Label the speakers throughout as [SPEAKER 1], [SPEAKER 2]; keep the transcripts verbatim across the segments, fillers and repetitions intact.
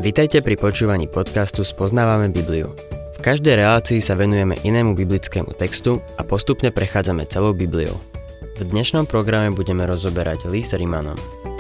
[SPEAKER 1] Vitajte pri počúvaní podcastu Spoznávame Bibliu. V každej relácii sa venujeme inému biblickému textu a postupne prechádzame celou Bibliou. V dnešnom programe budeme rozoberať list Rimanom.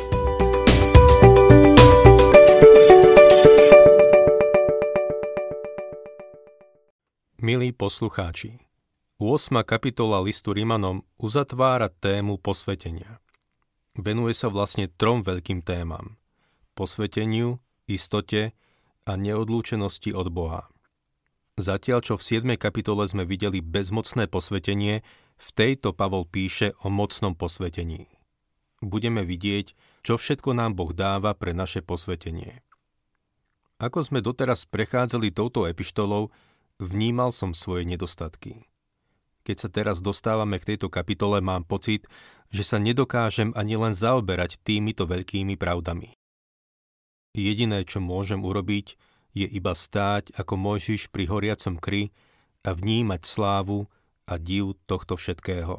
[SPEAKER 2] Milí poslucháči, ôsma kapitola listu Rimanom uzatvára tému posvätenia. Venuje sa vlastne trom veľkým témam: posväteniu, istote a neodlúčenosti od Boha. Zatiaľ, čo v siedmej kapitole sme videli bezmocné posvätenie, v tejto Pavol píše o mocnom posvätení. Budeme vidieť, čo všetko nám Boh dáva pre naše posvätenie. Ako sme doteraz prechádzali touto epištolou, vnímal som svoje nedostatky. Keď sa teraz dostávame k tejto kapitole, mám pocit, že sa nedokážem ani len zaoberať týmito veľkými pravdami. Jediné, čo môžem urobiť, je iba stáť ako Mojžiš pri horiacom kri a vnímať slávu a div tohto všetkého.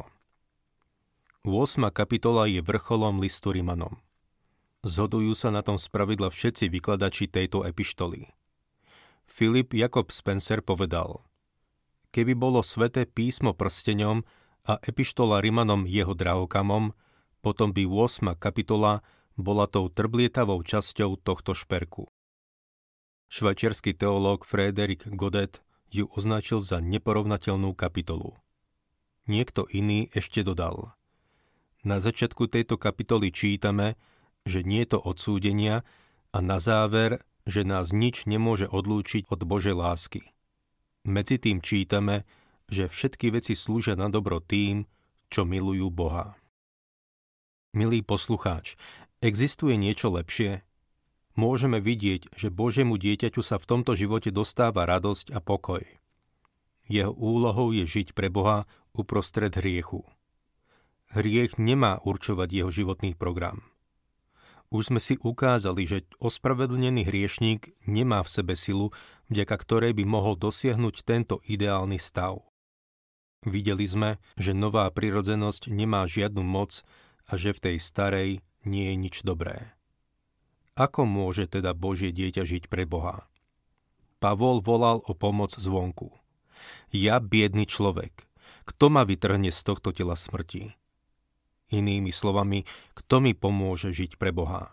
[SPEAKER 2] ôsma kapitola je vrcholom listu Rimanom. Zhodujú sa na tom spravidla všetci vykladači tejto epištoly. Philip Jakob Spencer povedal: Keby bolo sväté písmo prsteňom a epištola Rimanom jeho drahokamom, potom by ôsma kapitola bola tou trblietavou časťou tohto šperku. Švajčiarsky teológ Frédéric Godet ju označil za neporovnateľnú kapitolu. Niekto iný ešte dodal: Na začiatku tejto kapitoly čítame, že nie je to odsúdenia, a na záver, že nás nič nemôže odlúčiť od Božej lásky. Medzi tým čítame, že všetky veci slúžia na dobro tým, čo milujú Boha. Milý poslucháč, existuje niečo lepšie? Môžeme vidieť, že Božiemu dieťaťu sa v tomto živote dostáva radosť a pokoj. Jeho úlohou je žiť pre Boha uprostred hriechu. Hriech nemá určovať jeho životný program. Už sme si ukázali, že ospravedlnený hriešník nemá v sebe silu, vďaka ktorej by mohol dosiahnuť tento ideálny stav. Videli sme, že nová prirodzenosť nemá žiadnu moc a že v tej starej nie je nič dobré. Ako môže teda Božie dieťa žiť pre Boha? Pavol volal o pomoc zvonku. Ja, biedný človek, kto ma vytrhne z tohto tela smrti? Inými slovami, kto mi pomôže žiť pre Boha?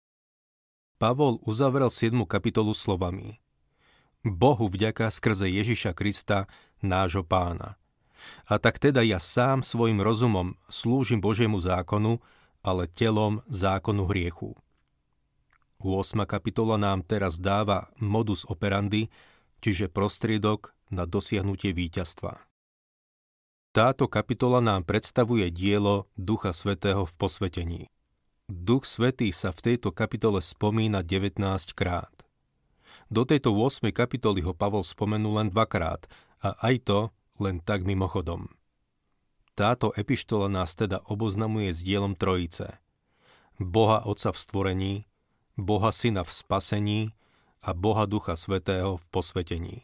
[SPEAKER 2] Pavol uzavrel siedmu kapitolu slovami: Bohu vďaka skrze Ježiša Krista, nášho Pána. A tak teda ja sám svojim rozumom slúžim Božiemu zákonu, ale telom zákonu hriechu. ôsma kapitola nám teraz dáva modus operandi, čiže prostriedok na dosiahnutie víťazstva. Táto kapitola nám predstavuje dielo Ducha Svätého v posvätení. Duch Svätý sa v tejto kapitole spomína devätnásť krát. Do tejto ôsmej kapitoly ho Pavol spomenul len dvakrát, a aj to len tak mimochodom. Táto epištola nás teda oboznamuje s dielom Trojice: Boha Otca v stvorení, Boha Syna v spasení a Boha Ducha Svätého v posvätení.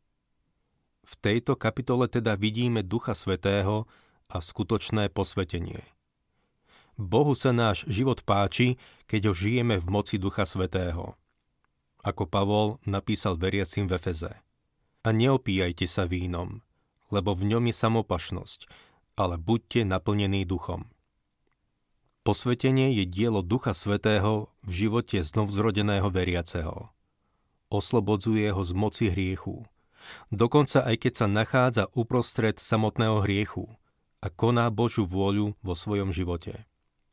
[SPEAKER 2] V tejto kapitole teda vidíme Ducha Svätého a skutočné posvätenie. Bohu sa náš život páči, keď ho žijeme v moci Ducha Svätého. Ako Pavol napísal veriacim v Efeze: A neopíjajte sa vínom, lebo v ňom je samopašnosť, ale buďte naplnení duchom. Posvätenie je dielo Ducha Svätého v živote znovuzrodeného veriaceho. Oslobodzuje ho z moci hriechu, dokonca aj keď sa nachádza uprostred samotného hriechu a koná Božiu vôľu vo svojom živote.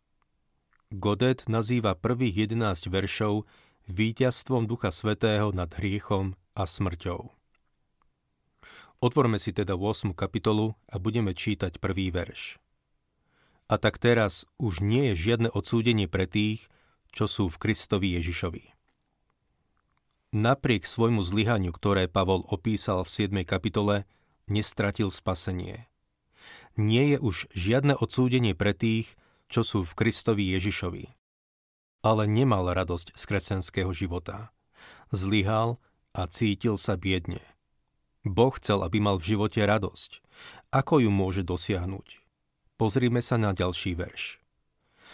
[SPEAKER 2] Godet nazýva prvých jedenásť veršov víťazstvom Ducha Svätého nad hriechom a smrťou. Otvorme si teda ôsmu kapitolu a budeme čítať prvý verš. A tak teraz už nie je žiadne odsúdenie pre tých, čo sú v Kristovi Ježišovi. Napriek svojmu zlyhaniu, ktoré Pavol opísal v siedmej kapitole, nestratil spasenie. Nie je už žiadne odsúdenie pre tých, čo sú v Kristovi Ježišovi. Ale nemal radosť z kresťanského života. Zlyhal a cítil sa biedne. Boh chcel, aby mal v živote radosť. Ako ju môže dosiahnuť? Pozrime sa na ďalší verš.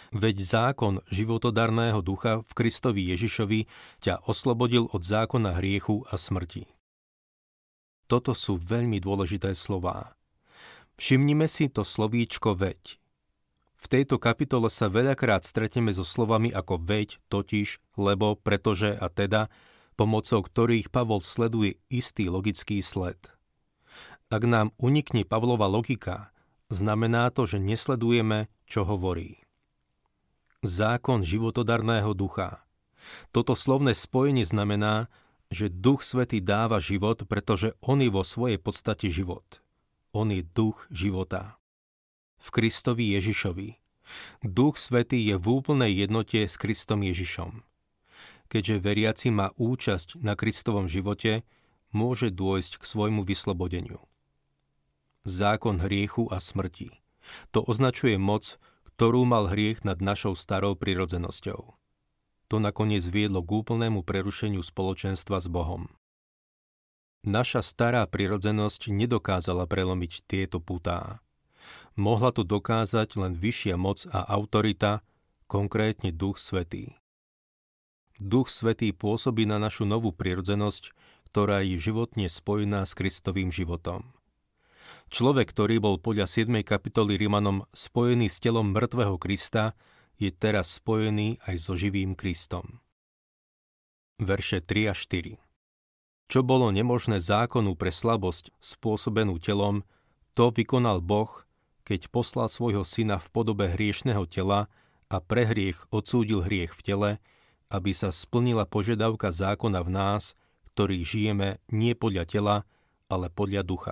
[SPEAKER 2] Veď zákon životodarného ducha v Kristovi Ježišovi ťa oslobodil od zákona hriechu a smrti. Toto sú veľmi dôležité slová. Všimnime si to slovíčko veď. V tejto kapitole sa veľakrát stretneme so slovami ako veď, totiž, lebo, pretože a teda, pomocou ktorých Pavol sleduje istý logický sled. Ak nám unikne Pavlova logika, znamená to, že nesledujeme, čo hovorí. Zákon životodarného ducha. Toto slovné spojenie znamená, že Duch Svätý dáva život, pretože on je vo svojej podstate život. On je duch života. V Kristovi Ježišovi. Duch Svätý je v úplnej jednote s Kristom Ježišom. Keďže veriaci má účasť na Kristovom živote, môže dôjsť k svojmu vyslobodeniu. Zákon hriechu a smrti. To označuje moc, ktorú mal hriech nad našou starou prirodzenosťou. To nakoniec viedlo k úplnému prerušeniu spoločenstva s Bohom. Naša stará prirodzenosť nedokázala prelomiť tieto putá. Mohla to dokázať len vyššia moc a autorita, konkrétne Duch Svätý. Duch Svätý pôsobí na našu novú prirodzenosť, ktorá je životne spojená s Kristovým životom. Človek, ktorý bol podľa siedmej kapitoly Rimanom spojený s telom mŕtvého Krista, je teraz spojený aj so živým Kristom. Verše tri a štyri. Čo bolo nemožné zákonu pre slabosť spôsobenú telom, to vykonal Boh, keď poslal svojho syna v podobe hriešneho tela a pre hriech odsúdil hriech v tele, aby sa splnila požiadavka zákona v nás, ktorí žijeme nie podľa tela, ale podľa ducha.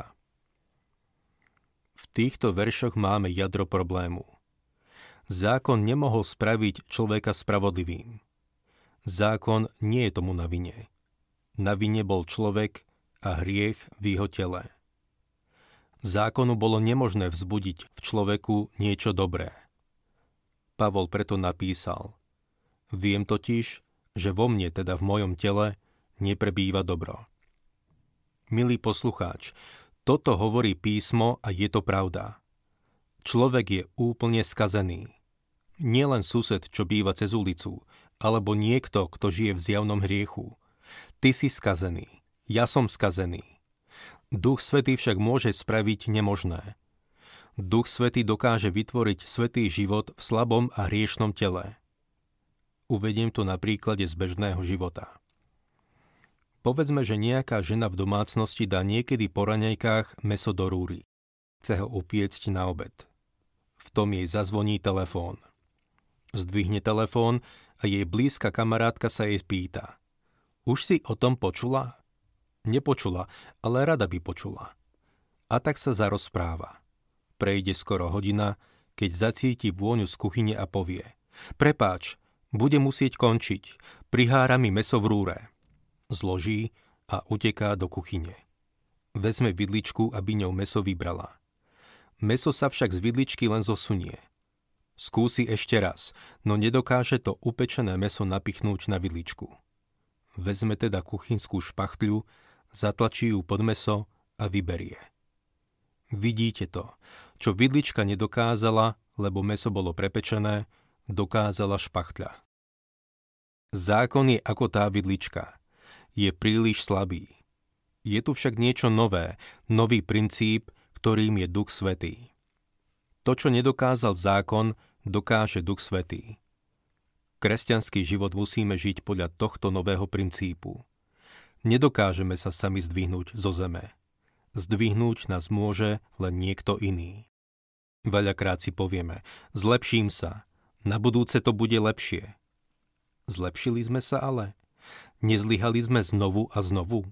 [SPEAKER 2] V týchto veršoch máme jadro problému. Zákon nemohol spraviť človeka spravodlivým. Zákon nie je tomu na vine. Na vine bol človek a hriech v jeho tele. Zákonu bolo nemožné vzbudiť v človeku niečo dobré. Pavol preto napísal: Viem totiž, že vo mne, teda v mojom tele, neprebýva dobro. Milý poslucháč, toto hovorí písmo a je to pravda. Človek je úplne skazený. Nielen sused, čo býva cez ulicu, alebo niekto, kto žije v zjavnom hriechu. Ty si skazený. Ja som skazený. Duch Svätý však môže spraviť nemožné. Duch Svätý dokáže vytvoriť svätý život v slabom a hriešnom tele. Uvediem to na príklade z bežného života. Povedzme, že nejaká žena v domácnosti dá niekedy po raňajkách mäso do rúry. Chce ho upiecť na obed. V tom jej zazvoní telefón. Zdvihne telefón a jej blízka kamarátka sa jej pýta: Už si o tom počula? Nepočula, ale rada by počula. A tak sa zarozpráva. Prejde skoro hodina, keď zacíti vôňu z kuchyne a povie: Prepáč, bude musieť končiť, prihára mi mäso v rúre. Zloží a uteká do kuchyne. Vezme vidličku, aby ňou mäso vybrala. Mäso sa však z vidličky len zosunie. Skúsi ešte raz, no nedokáže to upečené mäso napichnúť na vidličku. Vezme teda kuchynskú špachtľu, zatlačí ju pod mäso a vyberie. Vidíte to, čo vidlička nedokázala, lebo mäso bolo prepečené, dokázala špachtľa. Zákon je ako tá vidlička. Je príliš slabý. Je tu však niečo nové, nový princíp, ktorým je Duch Svätý. To, čo nedokázal zákon, dokáže Duch Svätý. Kresťanský život musíme žiť podľa tohto nového princípu. Nedokážeme sa sami zdvihnúť zo zeme. Zdvihnúť nás môže len niekto iný. Veľakrát si povieme: Zlepším sa, na budúce to bude lepšie. Zlepšili sme sa ale? Nezlyhali sme znovu a znovu?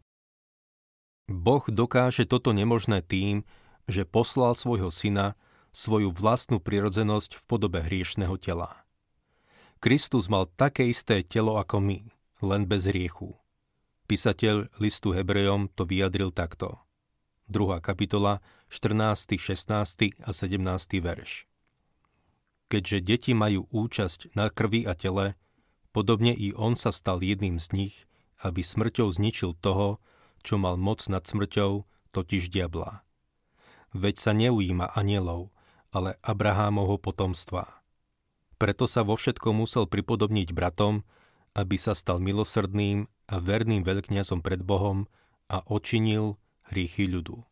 [SPEAKER 2] Boh dokáže toto nemožné tým, že poslal svojho syna, svoju vlastnú prirodzenosť v podobe hriešneho tela. Kristus mal také isté telo ako my, len bez hriechu. Písateľ listu Hebrejom to vyjadril takto. druhá kapitola, štrnásty, šestnásty a sedemnásty verš. Keďže deti majú účasť na krvi a tele, podobne i on sa stal jedným z nich, aby smrťou zničil toho, čo mal moc nad smrťou, totiž diabla. Veď sa neujíma anielov, ale Abrahámovho potomstva. Preto sa vo všetkom musel pripodobniť bratom, aby sa stal milosrdným a verným veľkňazom pred Bohom a odčinil hriechy ľudu.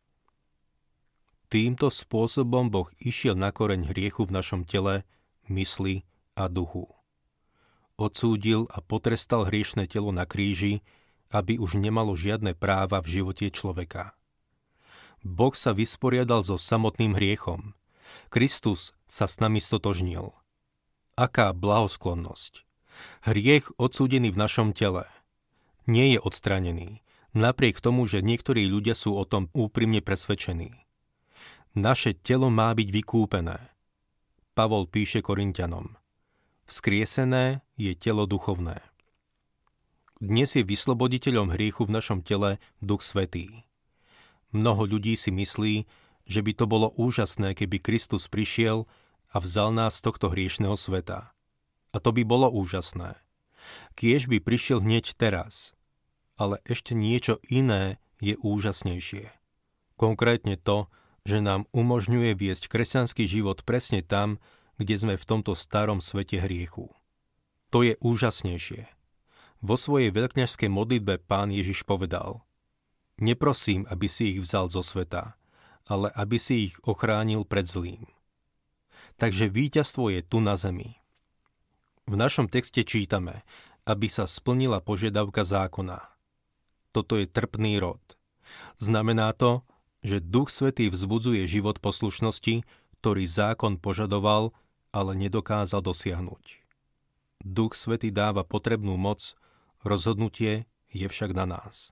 [SPEAKER 2] Týmto spôsobom Boh išiel na koreň hriechu v našom tele, mysli a duchu. Odsúdil a potrestal hriešne telo na kríži, aby už nemalo žiadne práva v živote človeka. Boh sa vysporiadal so samotným hriechom. Kristus sa s nami stotožnil. Aká blahosklonnosť! Hriech odsúdený v našom tele nie je odstránený, napriek tomu, že niektorí ľudia sú o tom úprimne presvedčení. Naše telo má byť vykúpené. Pavol píše Korinťanom: Vzkriesené je telo duchovné. Dnes je vysloboditeľom hriechu v našom tele Duch Svätý. Mnoho ľudí si myslí, že by to bolo úžasné, keby Kristus prišiel a vzal nás z tohto hriešneho sveta. A to by bolo úžasné. Kiež by prišiel hneď teraz. Ale ešte niečo iné je úžasnejšie. Konkrétne to, že nám umožňuje viesť kresťanský život presne tam, kde sme v tomto starom svete hriechu. To je úžasnejšie. Vo svojej veľkňažskej modlitbe Pán Ježiš povedal: Neprosím, aby si ich vzal zo sveta, ale aby si ich ochránil pred zlým. Takže víťazstvo je tu na zemi. V našom texte čítame, aby sa splnila požiadavka zákona. Toto je trpný rod. Znamená to, že Duch Svätý vzbudzuje život poslušnosti, ktorý zákon požadoval, ale nedokázal dosiahnuť. Duch Svätý dáva potrebnú moc, rozhodnutie je však na nás.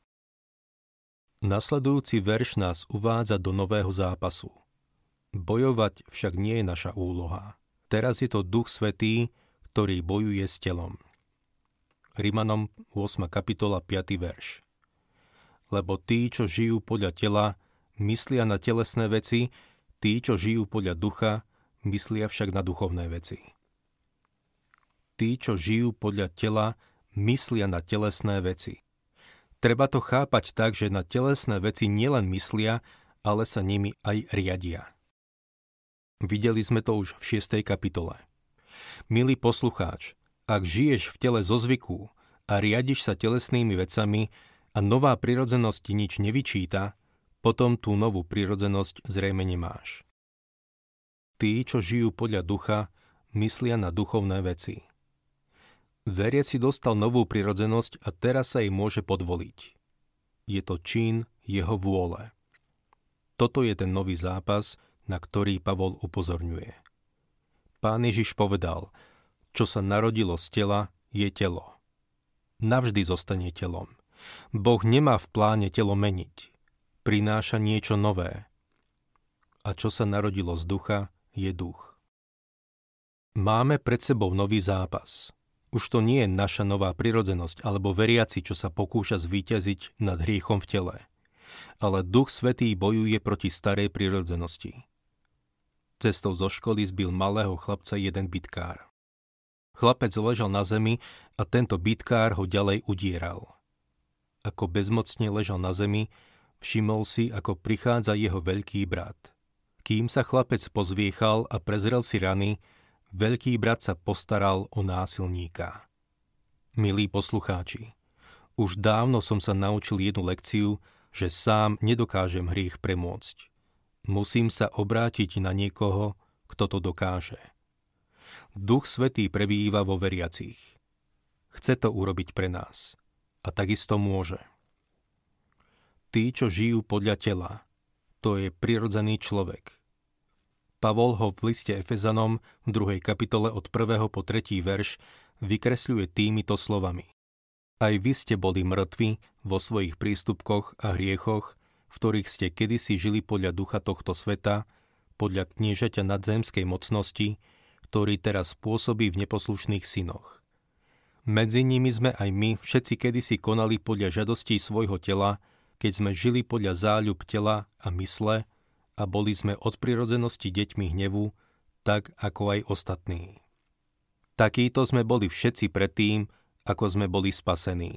[SPEAKER 2] Nasledujúci verš nás uvádza do nového zápasu. Bojovať však nie je naša úloha. Teraz je to Duch Svätý, ktorý bojuje s telom. Rimanom ôsma kapitola piaty verš. Lebo tí, čo žijú podľa tela, myslia na telesné veci, tí, čo žijú podľa ducha, myslia však na duchovné veci. Tí, čo žijú podľa tela, myslia na telesné veci. Treba to chápať tak, že na telesné veci nielen myslia, ale sa nimi aj riadia. Videli sme to už v šiestej kapitole. Milý poslucháč, ak žiješ v tele zo zvyku a riadiš sa telesnými vecami a nová prirodzenosť ti nič nevyčíta, potom tú novú prirodzenosť zrejme nemáš. Tí, čo žijú podľa ducha, myslia na duchovné veci. Veriac si dostal novú prirodzenosť a teraz sa jej môže podvoliť. Je to čin jeho vôle. Toto je ten nový zápas, na ktorý Pavol upozorňuje. Pán Ježiš povedal: čo sa narodilo z tela, je telo. Navždy zostane telom. Boh nemá v pláne telo meniť. Prináša niečo nové. A čo sa narodilo z ducha, je duch. Máme pred sebou nový zápas. Už to nie je naša nová prirodzenosť alebo veriaci, čo sa pokúša zvíťaziť nad hriechom v tele. Ale Duch Svätý bojuje proti starej prirodzenosti. Cestou zo školy zbil malého chlapca jeden bitkár. Chlapec ležal na zemi a tento bitkár ho ďalej udieral. Ako bezmocne ležal na zemi, všimol si, ako prichádza jeho veľký brat. Kým sa chlapec pozviechal a prezrel si rany, veľký brat sa postaral o násilníka. Milí poslucháči, už dávno som sa naučil jednu lekciu, že sám nedokážem hriech premôcť. Musím sa obrátiť na niekoho, kto to dokáže. Duch Svätý prebýva vo veriacich. Chce to urobiť pre nás. A takisto môže. Tí, čo žijú podľa tela, to je prirodzený človek. Pavol ho v liste Efezanom v druhej kapitole od prvého po tretí verš vykresľuje týmito slovami. Aj vy ste boli mŕtvi vo svojich prístupkoch a hriechoch, v ktorých ste kedysi žili podľa ducha tohto sveta, podľa kniežaťa nadzemskej mocnosti, ktorý teraz pôsobí v neposlušných synoch. Medzi nimi sme aj my všetci kedysi konali podľa žiadostí svojho tela, keď sme žili podľa záľub tela a mysle a boli sme od prirodzenosti deťmi hnevu, tak ako aj ostatní. Takíto sme boli všetci predtým, ako sme boli spasení.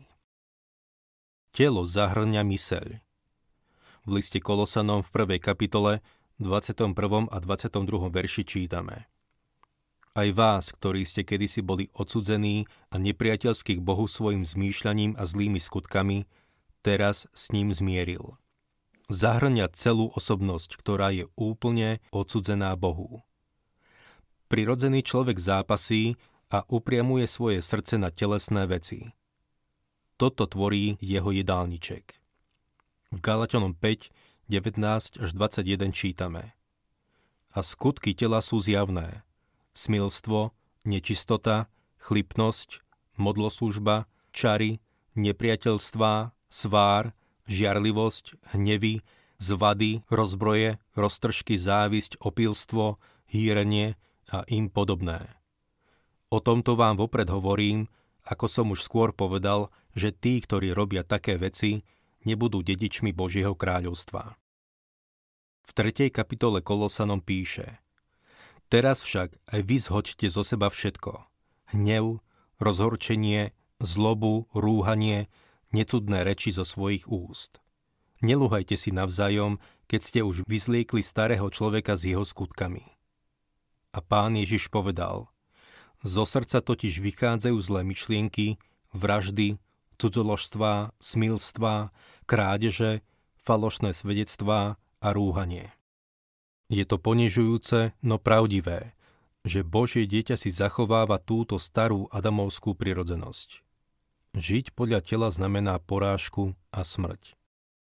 [SPEAKER 2] Telo zahŕňa myseľ. V liste Kolosanom v prvej kapitole dvadsiatom prvom a dvadsiatom druhom verši čítame: Aj vás, ktorí ste kedysi boli odsudzení a nepriateľskí k Bohu svojim zmýšľaním a zlými skutkami, teraz s ním zmieril. Zahŕňa celú osobnosť, ktorá je úplne odsudzená Bohu. Prirodzený človek zápasí a upriamuje svoje srdce na telesné veci. Toto tvorí jeho jedálniček. V Galatianom päť, devätnásť až dvadsaťjeden čítame: A skutky tela sú zjavné: smilstvo, nečistota, chlipnosť, modloslužba, čary, nepriateľstvá, svár, žiarlivosť, hnevy, zvady, rozbroje, roztržky, závisť, opilstvo, hýrenie a im podobné. O tomto vám vopred hovorím, ako som už skôr povedal, že tí, ktorí robia také veci, nebudú dedičmi Božieho kráľovstva. V tretej kapitole Kolosanom píše: Teraz však aj vy zhoďte zo seba všetko: hnev, rozhorčenie, zlobu, rúhanie, necudné reči zo svojich úst. Nelúhajte si navzájom, keď ste už vyzliekli starého človeka s jeho skutkami. A Pán Ježiš povedal: Zo srdca totiž vychádzajú zlé myšlienky, vraždy, cudzoložstvá, smilstvá, krádeže, falošné svedectvá a rúhanie. Je to ponižujúce, no pravdivé, že Božie dieťa si zachováva túto starú adamovskú prirodzenosť. Žiť podľa tela znamená porážku a smrť.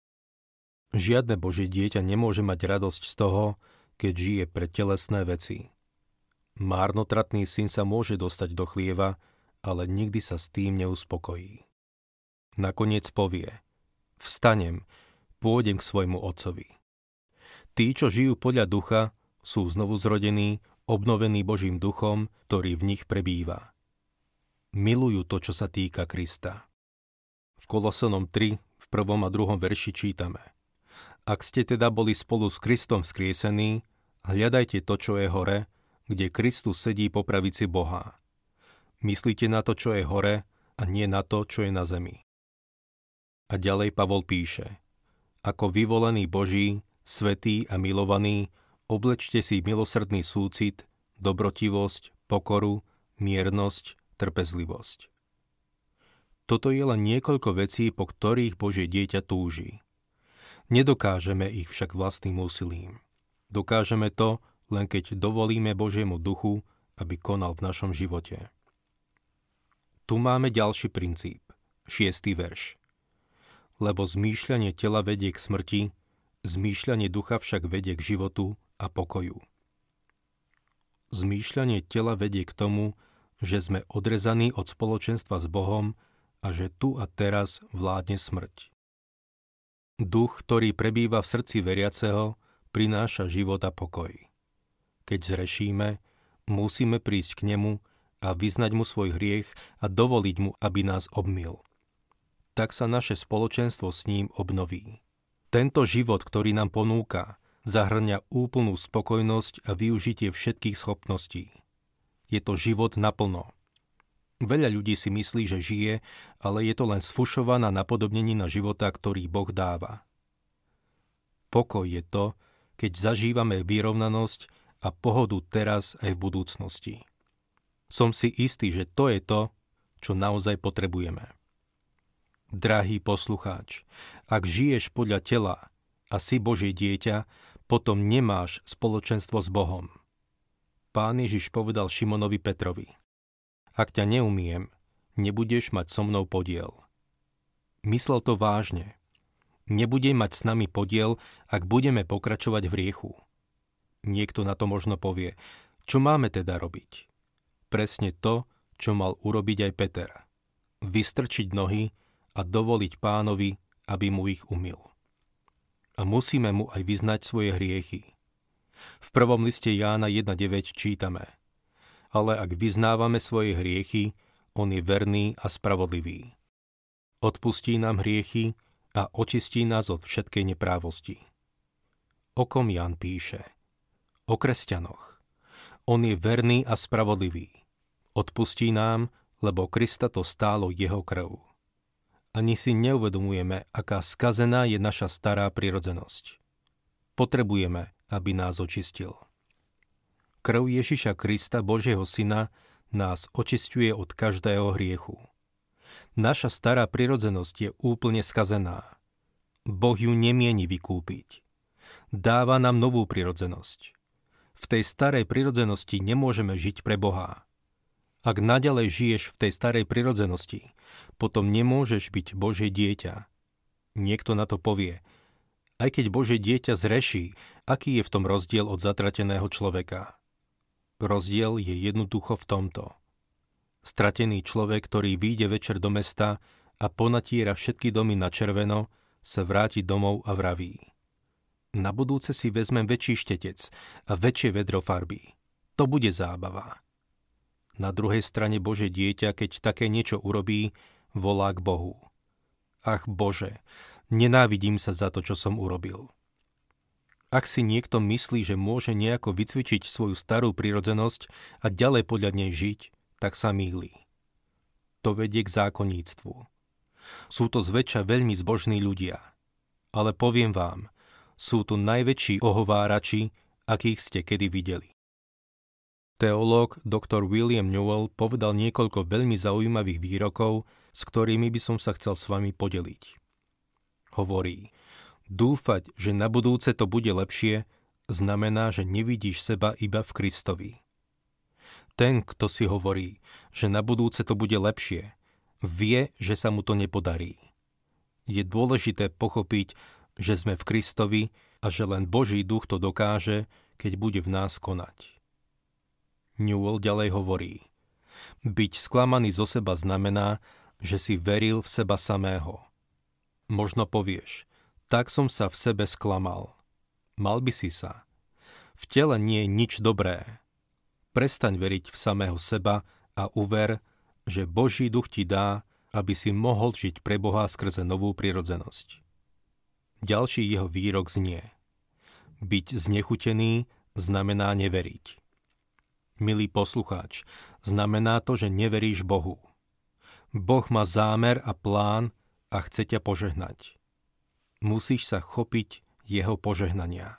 [SPEAKER 2] Žiadne Božie dieťa nemôže mať radosť z toho, keď žije pre telesné veci. Márnotratný syn sa môže dostať do chlieva, ale nikdy sa s tým neuspokojí. Nakoniec povie: Vstanem, pôjdem k svojmu otcovi. Tí, čo žijú podľa ducha, sú znovu zrodení, obnovení Božím duchom, ktorý v nich prebýva. Milujú to, čo sa týka Krista. V Kolosanom tri, v prvom a druhom verši čítame: Ak ste teda boli spolu s Kristom vzkriesení, hľadajte to, čo je hore, kde Kristus sedí po pravici Boha. Myslíte na to, čo je hore, a nie na to, čo je na zemi. A ďalej Pavol píše: Ako vyvolený Boží, svätý a milovaný, oblečte si milosrdný súcit, dobrotivosť, pokoru, miernosť, trpezlivosť. Toto je len niekoľko vecí, po ktorých Božie dieťa túži. Nedokážeme ich však vlastným úsilím. Dokážeme to, len keď dovolíme Božiemu duchu, aby konal v našom živote. Tu máme ďalší princíp, šiestý verš. Lebo zmýšľanie tela vedie k smrti, zmýšľanie ducha však vedie k životu a pokoju. Zmýšľanie tela vedie k tomu, že sme odrezaní od spoločenstva s Bohom a že tu a teraz vládne smrť. Duch, ktorý prebýva v srdci veriaceho, prináša život a pokoj. Keď zrešíme, musíme prísť k nemu a vyznať mu svoj hriech a dovoliť mu, aby nás obmyl. Tak sa naše spoločenstvo s ním obnoví. Tento život, ktorý nám ponúka, zahŕňa úplnú spokojnosť a využitie všetkých schopností. Je to život naplno. Veľa ľudí si myslí, že žije, ale je to len sfušovaná napodobnenina života, ktorý Boh dáva. Pokoj je to, keď zažívame vyrovnanosť a pohodu teraz aj v budúcnosti. Som si istý, že to je to, čo naozaj potrebujeme. Drahý poslucháč, ak žiješ podľa tela a si Božie dieťa, potom nemáš spoločenstvo s Bohom. Pán Ježiš povedal Šimonovi Petrovi: Ak ťa neumiem, nebudeš mať so mnou podiel. Myslel to vážne. Nebude mať s nami podiel, ak budeme pokračovať v hriechu. Niekto na to možno povie: Čo máme teda robiť? Presne to, čo mal urobiť aj Peter. Vystrčiť nohy a dovoliť Pánovi, aby mu ich umyl. A musíme mu aj vyznať svoje hriechy. V prvom liste Jána jedna deväť čítame: Ale ak vyznávame svoje hriechy, on je verný a spravodlivý. Odpustí nám hriechy a očistí nás od všetkej neprávosti. O kom Ján píše? O kresťanoch. On je verný a spravodlivý. Odpustí nám, lebo Krista to stálo jeho krv. Ani si neuvedomujeme, aká skazená je naša stará prirodzenosť. Potrebujeme, aby nás očistil. Krv Ježiša Krista, Božieho Syna, nás očisťuje od každého hriechu. Naša stará prirodzenosť je úplne skazená. Boh ju nemieni vykúpiť. Dáva nám novú prirodzenosť. V tej starej prirodzenosti nemôžeme žiť pre Boha. Ak naďalej žiješ v tej starej prirodzenosti, potom nemôžeš byť Božie dieťa. Niekto na to povie, aj keď Božie dieťa zreší, aký je v tom rozdiel od zatrateného človeka? Rozdiel je jednoducho v tomto. Stratený človek, ktorý vyjde večer do mesta a ponatiera všetky domy na červeno, sa vráti domov a vraví: na budúce si vezmem väčší štetec a väčšie vedro farby. To bude zábava. Na druhej strane Božie dieťa, keď také niečo urobí, volá k Bohu: ach Bože, nenávidím sa za to, čo som urobil. Ak si niekto myslí, že môže nejako vycvičiť svoju starú prirodzenosť a ďalej podľa nej žiť, tak sa mýli. To vedie k zákonníctvu. Sú to zväčša veľmi zbožní ľudia. Ale poviem vám, sú tu najväčší ohovárači, akých ste kedy videli. Teológ doktor William Newell povedal niekoľko veľmi zaujímavých výrokov, s ktorými by som sa chcel s vami podeliť. Hovorí: dúfať, že na budúce to bude lepšie, znamená, že nevidíš seba iba v Kristovi. Ten, kto si hovorí, že na budúce to bude lepšie, vie, že sa mu to nepodarí. Je dôležité pochopiť, že sme v Kristovi a že len Boží duch to dokáže, keď bude v nás konať. Newell ďalej hovorí: byť sklamaný zo seba znamená, že si veril v seba samého. Možno povieš: tak som sa v sebe sklamal. Mal by si sa. V tele nie je nič dobré. Prestaň veriť v samého seba a uver, že Boží duch ti dá, aby si mohol žiť pre Boha skrze novú prirodzenosť. Ďalší jeho výrok znie: byť znechutený znamená neveriť. Milý poslucháč, znamená to, že neveríš Bohu. Boh má zámer a plán a chce ťa požehnať. Musíš sa chopiť jeho požehnania.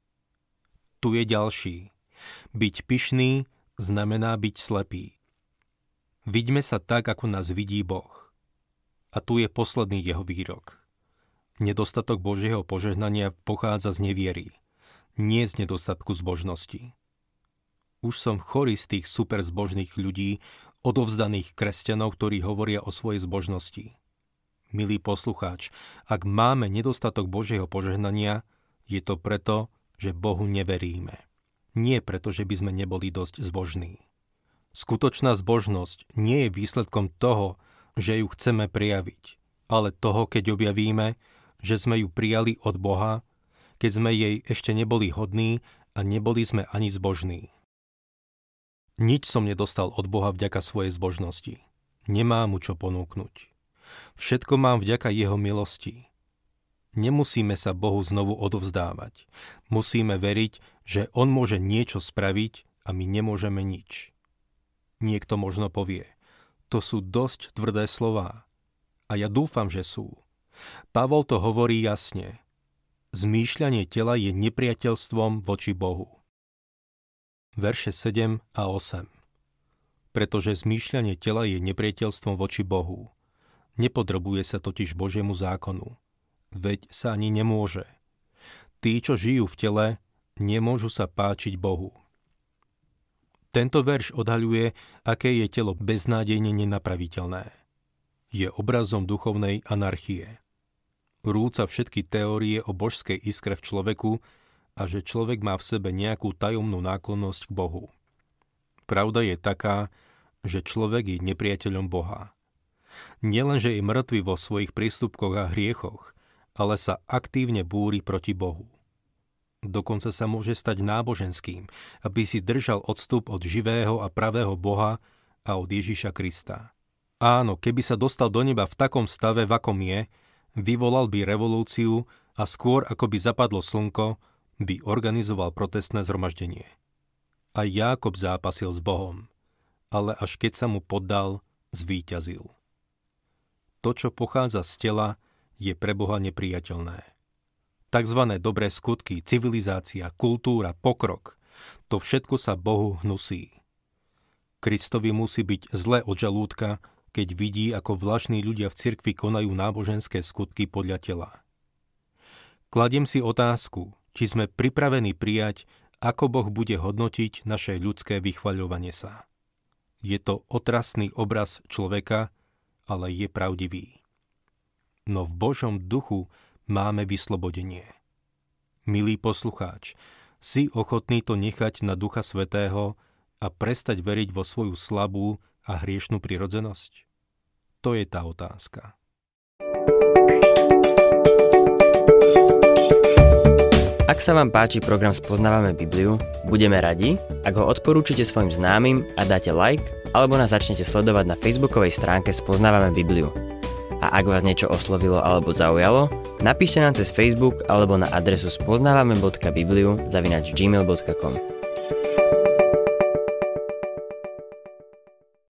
[SPEAKER 2] Tu je ďalší. Byť pyšný znamená byť slepý. Viďme sa tak, ako nás vidí Boh. A tu je posledný jeho výrok. Nedostatok Božieho požehnania pochádza z neviery, nie z nedostatku zbožnosti. Už som chorý z tých super zbožných ľudí, odovzdaných kresťanov, ktorí hovoria o svojej zbožnosti. Milý poslucháč, ak máme nedostatok Božieho požehnania, je to preto, že Bohu neveríme. Nie preto, že by sme neboli dosť zbožní. Skutočná zbožnosť nie je výsledkom toho, že ju chceme prijaviť, ale toho, keď objavíme, že sme ju prijali od Boha, keď sme jej ešte neboli hodní a neboli sme ani zbožní. Nič som nedostal od Boha vďaka svojej zbožnosti. Nemám mu čo ponúknuť. Všetko mám vďaka jeho milosti. Nemusíme sa Bohu znovu odovzdávať. Musíme veriť, že on môže niečo spraviť a my nemôžeme nič. Niekto možno povie: to sú dosť tvrdé slová. A ja dúfam, že sú. Pavol to hovorí jasne. Zmýšľanie tela je nepriateľstvom voči Bohu. Verše sedem a osem. Pretože zmýšľanie tela je nepriateľstvom voči Bohu. Nepodrobuje sa totiž Božiemu zákonu. Veď sa ani nemôže. Tí, čo žijú v tele, nemôžu sa páčiť Bohu. Tento verš odhaľuje, aké je telo beznádejne nenapraviteľné. Je obrazom duchovnej anarchie. Rúca všetky teórie o božskej iskre v človeku a že človek má v sebe nejakú tajomnú náklonnosť k Bohu. Pravda je taká, že človek je nepriateľom Boha. Nielenže je mŕtvy vo svojich prístupkoch a hriechoch, ale sa aktívne búri proti Bohu. Dokonca sa môže stať náboženským, aby si držal odstup od živého a pravého Boha a od Ježiša Krista. Áno, keby sa dostal do neba v takom stave, v akom je, vyvolal by revolúciu a skôr ako by zapadlo slnko, by organizoval protestné zhromaždenie. Aj Jákob zápasil s Bohom, ale až keď sa mu poddal, zvíťazil. To, čo pochádza z tela, je pre Boha nepriateľné. Takzvané dobré skutky, civilizácia, kultúra, pokrok, To všetko sa Bohu hnusí. Kristovi musí byť zle od žalúdka, keď vidí, ako vlažní ľudia v cirkvi konajú náboženské skutky podľa tela. Kladiem si otázku, či sme pripravení prijať, ako Boh bude hodnotiť naše ľudské vychvaľovanie sa. Je to otrasný obraz človeka, ale je pravdivý. No v Božom duchu máme vyslobodenie. Milý poslucháč, si ochotný to nechať na Ducha Svätého a prestať veriť vo svoju slabú a hriešnú prirodzenosť? To je tá otázka.
[SPEAKER 1] Ak sa vám páči program Spoznávame Bibliu, budeme radi, ak ho odporúčite svojim známym a dáte like, alebo nás začnete sledovať na facebookovej stránke Spoznávame Bibliu. A ak vás niečo oslovilo alebo zaujalo, napíšte nám cez Facebook alebo na adresu spoznávame bodka bibliu zavináč gmail bodka com.